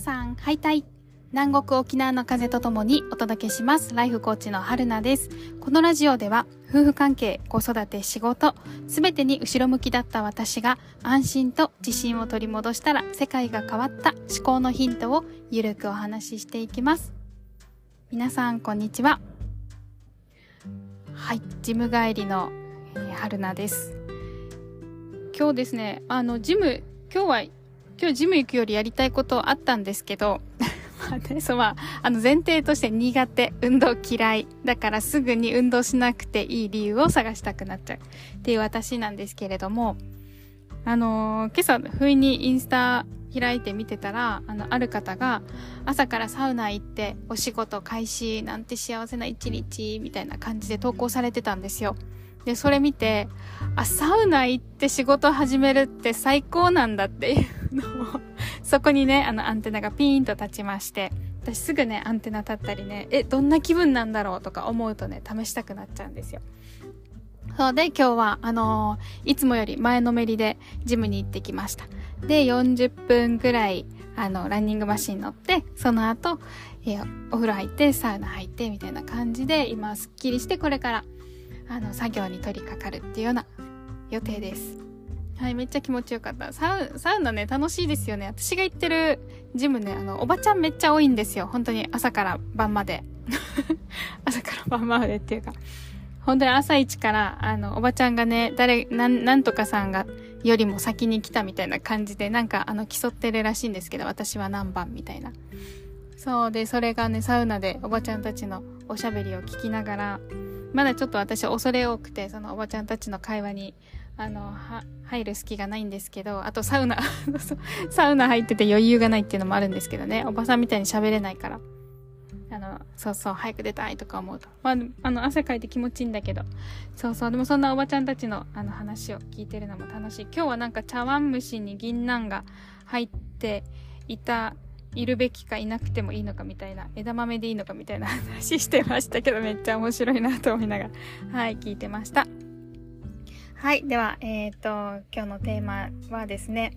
さん、ハイタイ。南国沖縄の風とともにお届けします。ライフコーチの春菜です。このラジオでは、夫婦関係、子育て、仕事、すべてに後ろ向きだった私が安心と自信を取り戻したら世界が変わった思考のヒントをゆるくお話ししていきます。皆さん、こんにちは。はい、ジム帰りの、春菜です。今日ですね、今日ジム行くよりやりたいことあったんですけど、前提として苦手、運動嫌い。だからすぐに運動しなくていい理由を探したくなっちゃうっていう私なんですけれども、今朝不意にインスタ開いて見てたら、ある方が朝からサウナ行ってお仕事開始なんて幸せな一日みたいな感じで投稿されてたんですよ。で、それ見て、サウナ行って仕事始めるって最高なんだっていうのを、そこにね、アンテナがピーンと立ちまして、私すぐね、アンテナ立ったりね、どんな気分なんだろうとか思うとね、試したくなっちゃうんですよ。そうで、今日は、いつもより前のめりでジムに行ってきました。で、40分くらい、ランニングマシン乗って、その後、お風呂入って、サウナ入ってみたいな感じで、今すっきりしてこれから、作業に取り掛かるっていうような予定です。はい、めっちゃ気持ちよかった。サウナね、楽しいですよね。私が行ってるジムね、おばちゃんめっちゃ多いんですよ。本当に朝から晩まで。朝から晩までっていうか、本当に朝一から、おばちゃんがね、なんとかさんが、よりも先に来たみたいな感じで、競ってるらしいんですけど、私は何番みたいな。そうで、それがね、サウナでおばちゃんたちのおしゃべりを聞きながら、まだちょっと私恐れ多くて、そのおばちゃんたちの会話に、入る隙がないんですけど、あとサウナ入ってて余裕がないっていうのもあるんですけどね、おばさんみたいに喋れないから。早く出たいとか思うと。汗かいて気持ちいいんだけど。でもそんなおばちゃんたちの、話を聞いてるのも楽しい。今日は茶碗蒸しに銀杏が入っているべきかいなくてもいいのかみたいな、枝豆でいいのかみたいな話してましたけど、めっちゃ面白いなと思いながら、はい、聞いてました。はい、では、今日のテーマはですね、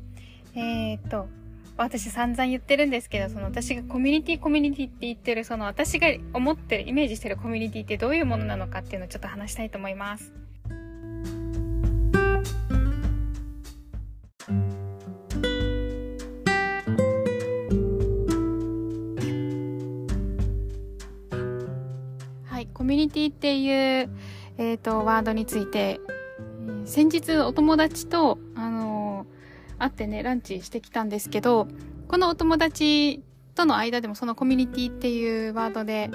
私散々言ってるんですけど、私がコミュニティって言ってる、私が思ってる、イメージしてるコミュニティってどういうものなのかっていうのをちょっと話したいと思います。はい、コミュニティっていう、ワードについて、先日お友達と、会ってね、ランチしてきたんですけど、このお友達との間でもそのコミュニティっていうワードで、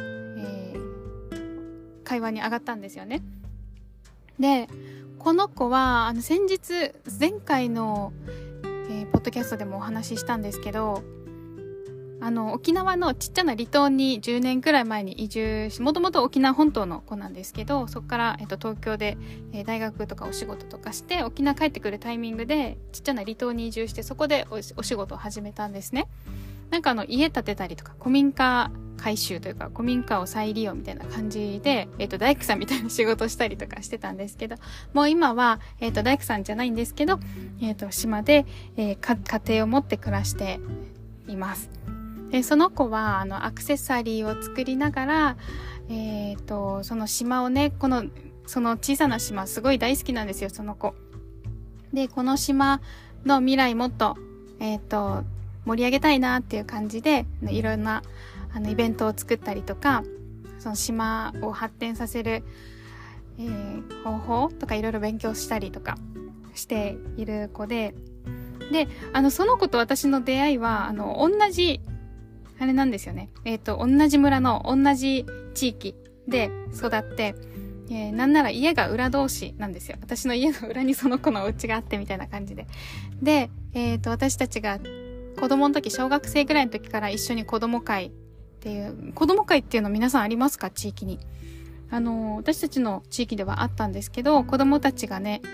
会話に上がったんですよね。で、この子は、先日、前回の、ポッドキャストでもお話ししたんですけど、沖縄のちっちゃな離島に10年くらい前に移住し、もともと沖縄本島の子なんですけど、そこから、東京で、大学とかお仕事とかして、沖縄帰ってくるタイミングで、ちっちゃな離島に移住して、そこでお仕事を始めたんですね。家建てたりとか、古民家改修というか、古民家を再利用みたいな感じで、大工さんみたいな仕事をしたりとかしてたんですけど、もう今は、大工さんじゃないんですけど、島で、家庭を持って暮らしています。で、その子は、アクセサリーを作りながら、その島をね、その小さな島、すごい大好きなんですよ、その子。で、この島の未来もっと、盛り上げたいなっていう感じで、いろんな、イベントを作ったりとか、その島を発展させる、方法とかいろいろ勉強したりとかしている子で、その子と私の出会いは、同じ、あれなんですよね。同じ村の同じ地域で育って、なんなら家が裏同士なんですよ。私の家の裏にその子のお家があってみたいな感じで。で、私たちが子供の時、小学生ぐらいの時から一緒に子供会っていうの皆さんありますか？地域に。私たちの地域ではあったんですけど、子供たちがね、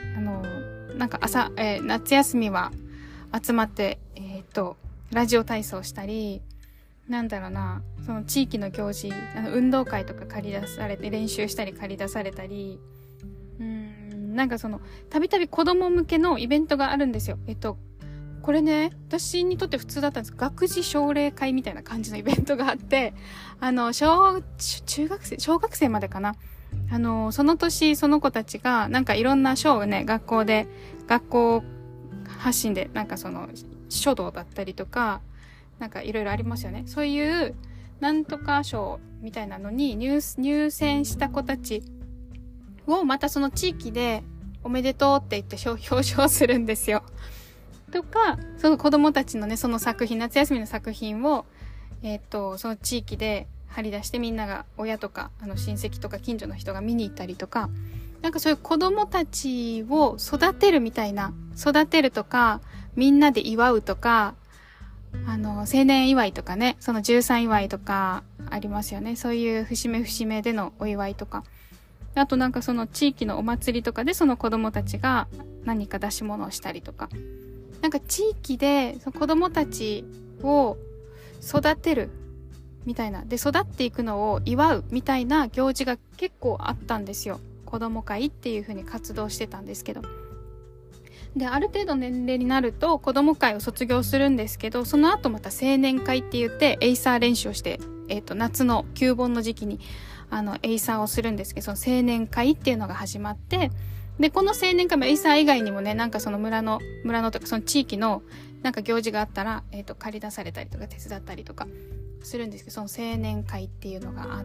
夏休みは集まって、ラジオ体操したり、その地域の行事、運動会とか借り出されて、練習したり借り出されたり、たびたび子供向けのイベントがあるんですよ。ここれね、私にとって普通だったんです。学児奨励会みたいな感じのイベントがあって、小学生までかな。その年、その子たちが、なんかいろんな賞をね、学校発信で、なんかその、書道だったりとか、なんかいろいろありますよね。そういう、なんとか賞みたいなのに入選した子たちをまたその地域でおめでとうって言って表彰するんですよ。とか、その子供たちのね、その作品、夏休みの作品を、その地域で張り出してみんなが、親とか、親戚とか近所の人が見に行ったりとか、なんかそういう子供たちを育てるみたいな、育てるとか、みんなで祝うとか、青年祝いとかね、その13祝いとかありますよね。そういう節目でのお祝いとか。あとなんかその地域のお祭りとかでその子供たちが何か出し物をしたりとか。なんか地域でその子供たちを育てるみたいな。で、育っていくのを祝うみたいな行事が結構あったんですよ。子供会っていう風に活動してたんですけど。で、ある程度年齢になると子供会を卒業するんですけど、その後また青年会って言ってエイサー練習をして、夏の旧盆の時期にエイサーをするんですけど、その青年会っていうのが始まって、で、この青年会もエイサー以外にもね、なんかその村のとかその地域のなんか行事があったら、借り出されたりとか手伝ったりとかするんですけど、その青年会っていうのがあって、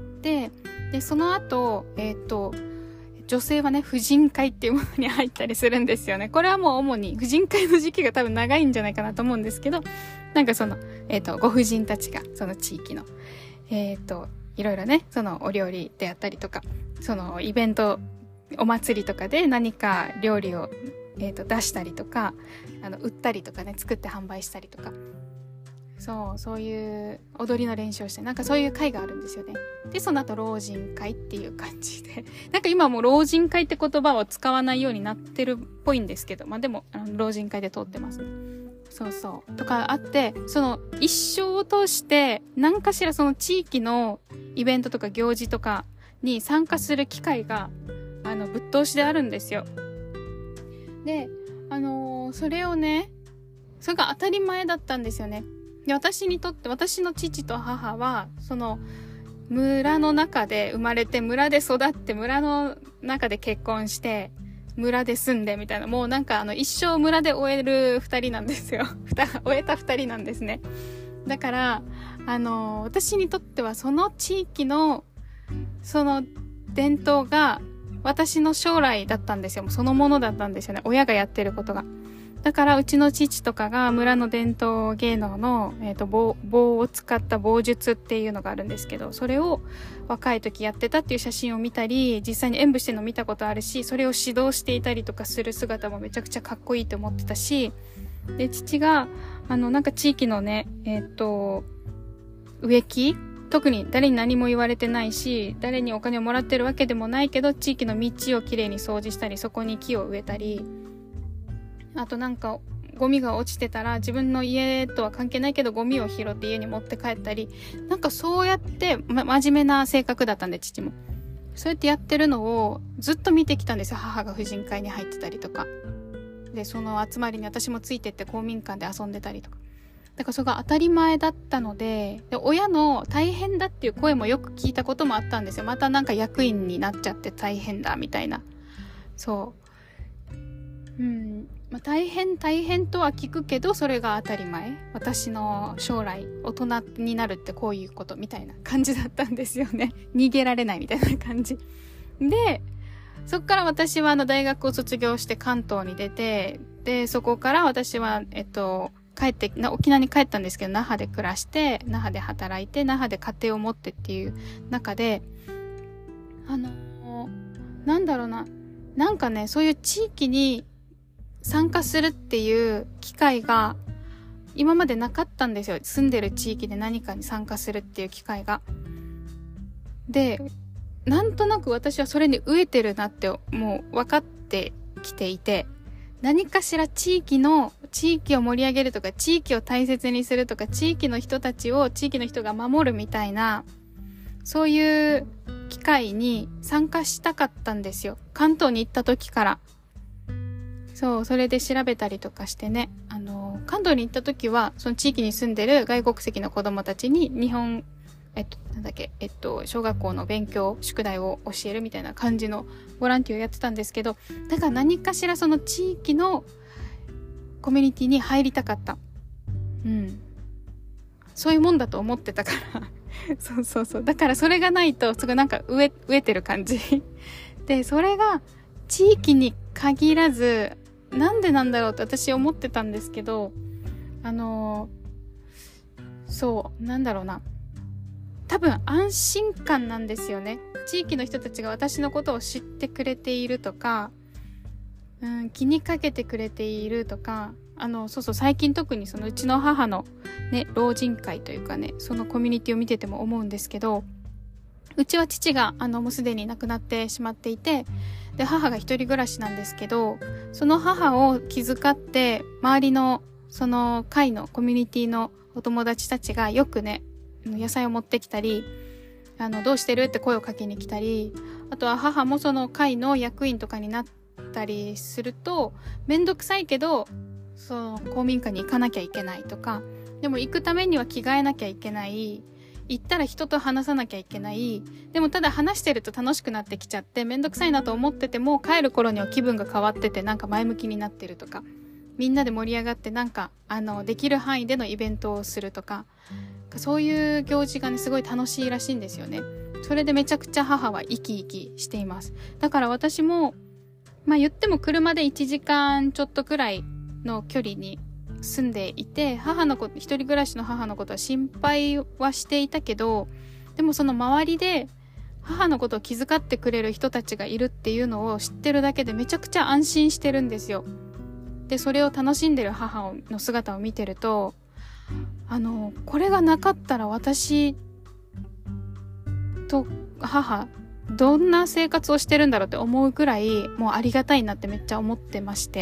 で、その後、女性はね、婦人会っていうものに入ったりするんですよね。これはもう主に婦人会の時期が多分長いんじゃないかなと思うんですけど、なんかその、ご婦人たちが、その地域の、いろいろね、そのお料理であったりとか、そのイベント、お祭りとかで何か料理を、出したりとか、売ったりとかね、作って販売したりとか、そういう踊りの練習をして、なんかそういう会があるんですよね。で、その後老人会っていう感じで、なんか今もう老人会って言葉を使わないようになってるっぽいんですけど、まあでも老人会で通ってますね。とかあって、その一生を通して何かしらその地域のイベントとか行事とかに参加する機会がぶっ通しであるんですよ。で、それをね、それが当たり前だったんですよね。で、私にとって私の父と母はその村の中で生まれて、村で育って、村の中で結婚して、村で住んでみたいな、もうなんか一生村で終える二人なんですよ。終えた二人なんですね。だから、私にとってはその地域の、その伝統が私の将来だったんですよ。そのものだったんですよね。親がやってることが。だからうちの父とかが村の伝統芸能の、棒を使った棒術っていうのがあるんですけど、それを若い時やってたっていう写真を見たり、実際に演舞してるのを見たことあるし、それを指導していたりとかする姿もめちゃくちゃかっこいいと思ってたし、で、父がなんか地域のね、植木、特に誰に何も言われてないし、誰にお金をもらってるわけでもないけど、地域の道をきれいに掃除したり、そこに木を植えたり、あとなんかゴミが落ちてたら自分の家とは関係ないけどゴミを拾って家に持って帰ったり、なんかそうやって、真面目な性格だったんで、父もそうやってやってるのをずっと見てきたんですよ。母が婦人会に入ってたりとかで、その集まりに私もついてって公民館で遊んでたりとか、だからそれが当たり前だったので、親の大変だっていう声もよく聞いたこともあったんですよ。またなんか役員になっちゃって大変だみたいな。まあ、大変とは聞くけど、それが当たり前。私の将来大人になるってこういうことみたいな感じだったんですよね。逃げられないみたいな感じで、そっから私は大学を卒業して関東に出て、でそこから私は沖縄に帰ったんですけど、那覇で暮らして、那覇で働いて、那覇で家庭を持ってっていう中で、なんだろうな、なんかね、そういう地域に参加するっていう機会が今までなかったんですよ。住んでる地域で何かに参加するっていう機会が。で、なんとなく私はそれに飢えてるなってもう分かってきていて、何かしら地域を盛り上げるとか、地域を大切にするとか、地域の人たちを地域の人が守るみたいな、そういう機会に参加したかったんですよ。関東に行った時から。それで調べたりとかしてね、 関東に行った時は、その地域に住んでる外国籍の子供たちに日本、小学校の勉強、宿題を教えるみたいな感じのボランティアをやってたんですけど、だから何かしらその地域のコミュニティに入りたかった。そういうもんだと思ってたからそう。だからそれがないと、すごいなんか飢えてる感じで、それが地域に限らず、なんでなんだろうと私思ってたんですけど、なんだろうな。多分安心感なんですよね。地域の人たちが私のことを知ってくれているとか、気にかけてくれているとか、最近特にそのうちの母のね、老人会というかね、そのコミュニティを見てても思うんですけど、うちは父がもうすでに亡くなってしまっていて、で、母が一人暮らしなんですけど、その母を気遣って、周りのその会のコミュニティのお友達たちがよくね、野菜を持ってきたり、どうしてるって声をかけに来たり、あとは母もその会の役員とかになったりすると、めんどくさいけど、その公民館に行かなきゃいけないとか、でも行くためには着替えなきゃいけない、行ったら人と話さなきゃいけない、でもただ話してると楽しくなってきちゃって、めんどくさいなと思ってても、帰る頃には気分が変わってて、なんか前向きになってるとか、みんなで盛り上がってなんか、できる範囲でのイベントをするとか、そういう行事がね、すごい楽しいらしいんですよね。それでめちゃくちゃ母は生き生きしています。だから私も、言っても車で1時間ちょっとくらいの距離に住んでいて、一人暮らしの母のことは心配はしていたけど、でもその周りで母のことを気遣ってくれる人たちがいるっていうのを知ってるだけでめちゃくちゃ安心してるんですよ。で、それを楽しんでる母の姿を見てると、これがなかったら私と母、どんな生活をしてるんだろうって思うくらい、もうありがたいなってめっちゃ思ってまして。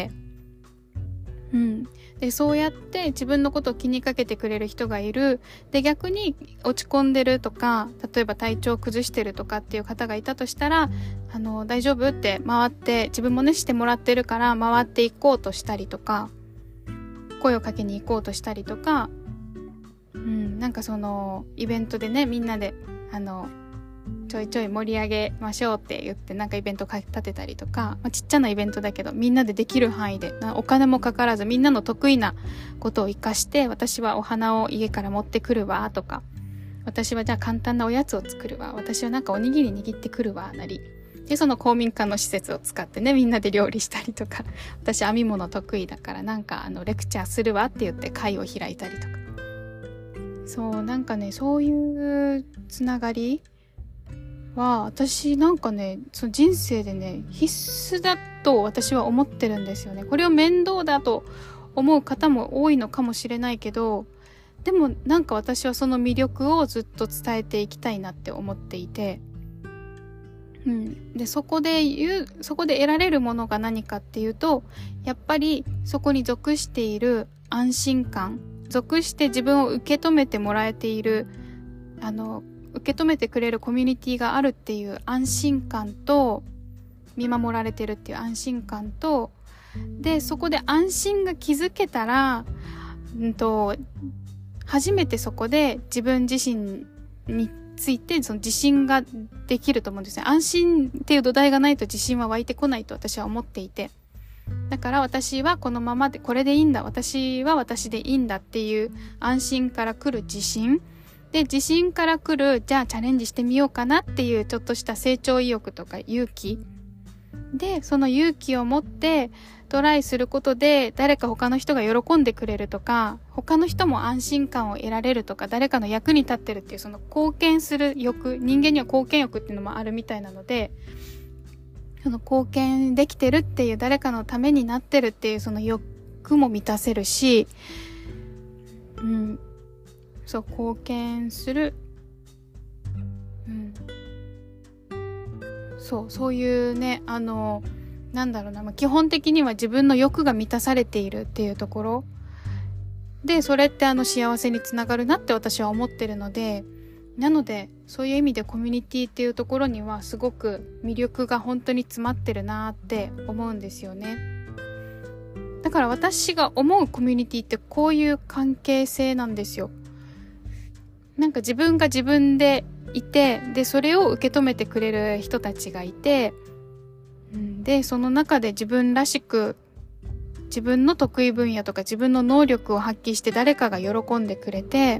で、そうやって自分のことを気にかけてくれる人がいる。で、逆に落ち込んでるとか、例えば体調を崩してるとかっていう方がいたとしたら、大丈夫って回って、自分もね、してもらってるから回っていこうとしたりとか、声をかけに行こうとしたりとか、なんかそのイベントでね、みんなでちょいちょい盛り上げましょうって言って、なんかイベント立てたりとか、ちっちゃなイベントだけどみんなでできる範囲で、お金もかからずみんなの得意なことを活かして、私はお花を家から持ってくるわとか、私はじゃあ簡単なおやつを作るわ、私はなんかおにぎり握ってくるわなりで、その公民館の施設を使ってね、みんなで料理したりとか、私編み物得意だからなんかレクチャーするわって言って会を開いたりとか、そうなんかね、そういうつながりは私なんかね、その人生でね、必須だと私は思ってるんですよね。これを面倒だと思う方も多いのかもしれないけど、でもなんか私はその魅力をずっと伝えていきたいなって思っていて、でそこで得られるものが何かっていうと、やっぱりそこに属している安心感、属して自分を受け止めてもらえている、受け止めてくれるコミュニティがあるっていう安心感と、見守られてるっていう安心感と、でそこで安心が築けたら、初めてそこで自分自身についてその自信ができると思うんですね。安心っていう土台がないと自信は湧いてこないと私は思っていて、だから私はこのままでこれでいいんだ、私は私でいいんだっていう安心から来る自信で、自信から来るじゃあチャレンジしてみようかなっていうちょっとした成長意欲とか勇気で、その勇気を持ってトライすることで誰か他の人が喜んでくれるとか、他の人も安心感を得られるとか、誰かの役に立ってるっていうその貢献する欲、人間には貢献欲っていうのもあるみたいなので、その貢献できてるっていう、誰かのためになってるっていうその欲も満たせるし、そう貢献する、そういうね、なんだろうな、基本的には自分の欲が満たされているっていうところで、それって幸せにつながるなって私は思ってるので、なのでそういう意味でコミュニティっていうところにはすごく魅力が本当に詰まってるなって思うんですよね。 だから私が思うコミュニティってこういう関係性なんですよ。なんか自分が自分でいて、でそれを受け止めてくれる人たちがいて、でその中で自分らしく自分の得意分野とか自分の能力を発揮して誰かが喜んでくれて、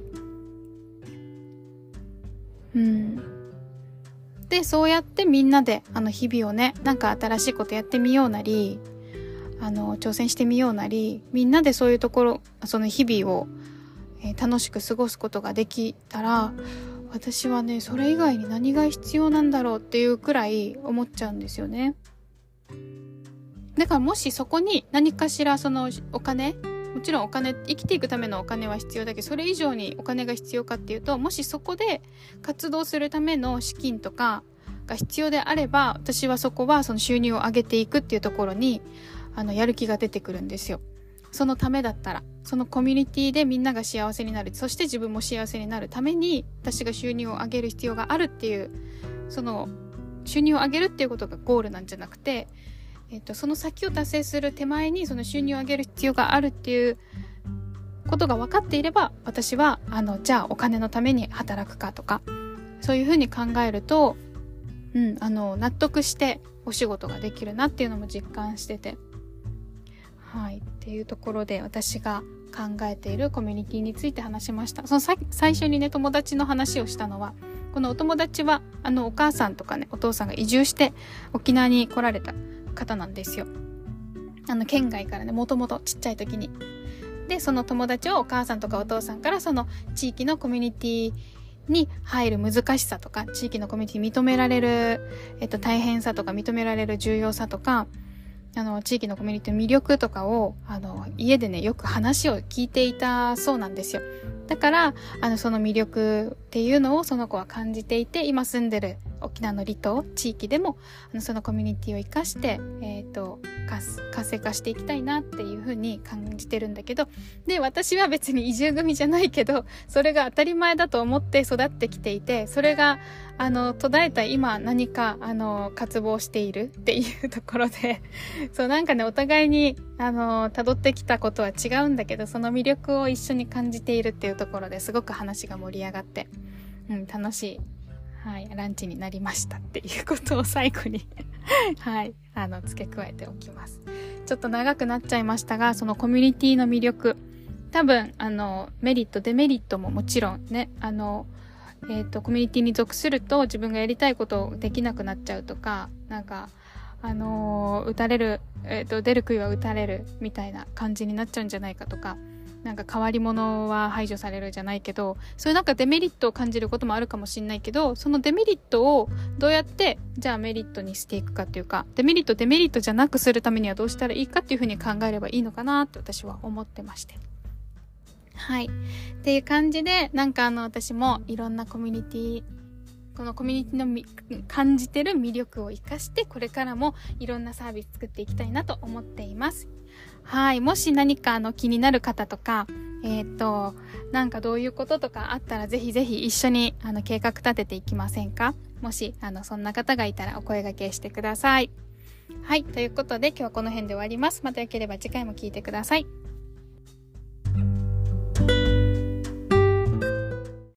でそうやってみんなで日々をね、なんか新しいことやってみようなり、挑戦してみようなり、みんなでそういうところ、その日々を、楽しく過ごすことができたら、私はね、それ以外に何が必要なんだろうっていうくらい思っちゃうんですよね。だからもしそこに何かしらそのお金、もちろんお金、生きていくためのお金は必要だけど、それ以上にお金が必要かっていうと、もしそこで活動するための資金とかが必要であれば、私はそこはその収入を上げていくっていうところにやる気が出てくるんですよ。そのためだったら、そのコミュニティでみんなが幸せになる、そして自分も幸せになるために私が収入を上げる必要があるっていう、その収入を上げるっていうことがゴールなんじゃなくて、その先を達成する手前にその収入を上げる必要があるっていうことが分かっていれば、私はじゃあお金のために働くかとか、そういうふうに考えると、納得してお仕事ができるなっていうのも実感してて、はいっていうところで私が考えているコミュニティについて話しました。その最初にね、友達の話をしたのは、このお友達はお母さんとかね、お父さんが移住して沖縄に来られた方なんですよ。県外からね、もともとちっちゃい時に。でその友達はお母さんとかお父さんからその地域のコミュニティに入る難しさとか、地域のコミュニティに認められる、大変さとか、認められる重要さとか、地域のコミュニティの魅力とかを家でね、よく話を聞いていたそうなんですよ。だからその魅力っていうのをその子は感じていて、今住んでる沖縄の離島地域でもそのコミュニティを生かして、活性化していきたいなっていう風に感じてるんだけど、で私は別に移住組じゃないけど、それが当たり前だと思って育ってきていて、それが途絶えた今何か渇望しているっていうところでそう、なんかね、お互いに辿ってきたことは違うんだけど、その魅力を一緒に感じているっていうところですごく話が盛り上がって、楽しい、ランチになりましたっていうことを最後に付け加えておきます。ちょっと長くなっちゃいましたが、そのコミュニティの魅力、多分メリットデメリットももちろんね、コミュニティに属すると自分がやりたいことをできなくなっちゃうとか、なんか打たれる、出る杭は打たれるみたいな感じになっちゃうんじゃないかとか、なんか変わり者は排除されるじゃないけど、そういうなんかデメリットを感じることもあるかもしれないけど、そのデメリットをどうやってじゃあメリットにしていくかっていうか、デメリットじゃなくするためにはどうしたらいいかっていうふうに考えればいいのかなって私は思ってまして、っていう感じで、なんか私もいろんなコミュニティ、このコミュニティの感じてる魅力を生かして、これからもいろんなサービス作っていきたいなと思っています。もし何か気になる方とか、なんかどういうこととかあったら、ぜひぜひ一緒に計画立てていきませんか？もしそんな方がいたらお声掛けしてください。ということで今日はこの辺で終わります。またよければ次回も聞いてください。